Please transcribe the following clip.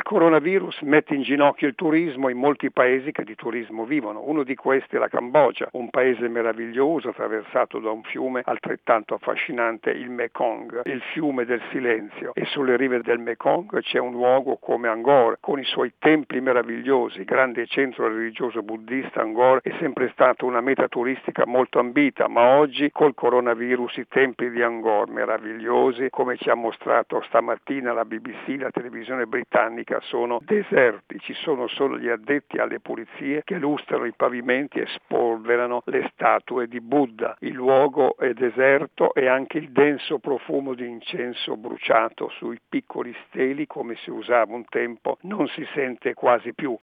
coronavirus mette in ginocchio il turismo in molti paesi che di turismo vivono. Uno di questi è la Cambogia, un paese meraviglioso attraversato da un fiume altrettanto affascinante, il Mekong, il fiume del silenzio. E sulle rive del Mekong c'è un luogo come Angkor, con i suoi templi meravigliosi. Grande centro religioso buddista, Angkor è sempre stata una meta turistica molto ambita, ma oggi col coronavirus i templi di Angkor meravigliosi, come ci ha mostrato stamattina la BBC, la televisione britannica, sono deserti. Ci sono solo gli addetti alle pulizie che lustrano i pavimenti e spolverano le statue di Buddha. Il luogo è deserto e anche il denso profumo di incenso bruciato sui piccoli steli, come si usava un tempo, non si sente quasi più.